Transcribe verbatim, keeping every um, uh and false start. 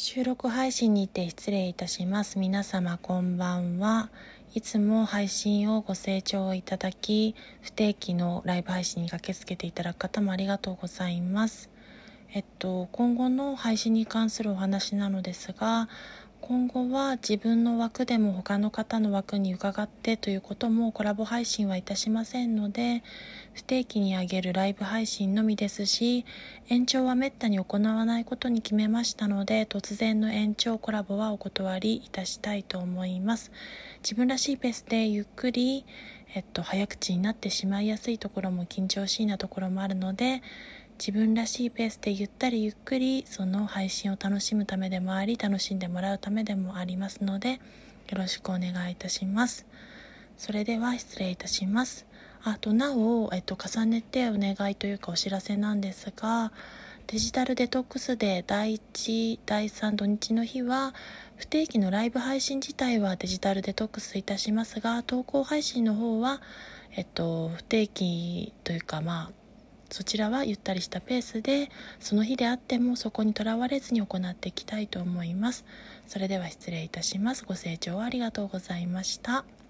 収録配信にて失礼いたします。皆様こんばんは。いつも配信をご清聴いただき、不定期のライブ配信に駆けつけていただく方もありがとうございます。えっと、今後の配信に関するお話なのですが、今後は自分の枠でも他の方の枠に伺ってということもコラボ配信はいたしませんので、不定期に上げるライブ配信のみですし、延長はめったに行わないことに決めましたので、突然の延長コラボはお断りいたしたいと思います。自分らしいペースでゆっくり、えっと、早口になってしまいやすいところも緊張しいなところもあるので、自分らしいペースでゆったりゆっくりその配信を楽しむためでもあり、楽しんでもらうためでもありますので、よろしくお願いいたします。それでは失礼いたします。あとなお、えっと、重ねてお願いというかお知らせなんですが、デジタルデトックスでだいいち、だいさん土日の日は不定期のライブ配信自体はデジタルデトックスいたしますが、投稿配信の方は、えっと、不定期というかまあそちらはゆったりしたペースで、その日であってもそこにとらわれずに行っていきたいと思います。それでは失礼いたします。ご清聴ありがとうございました。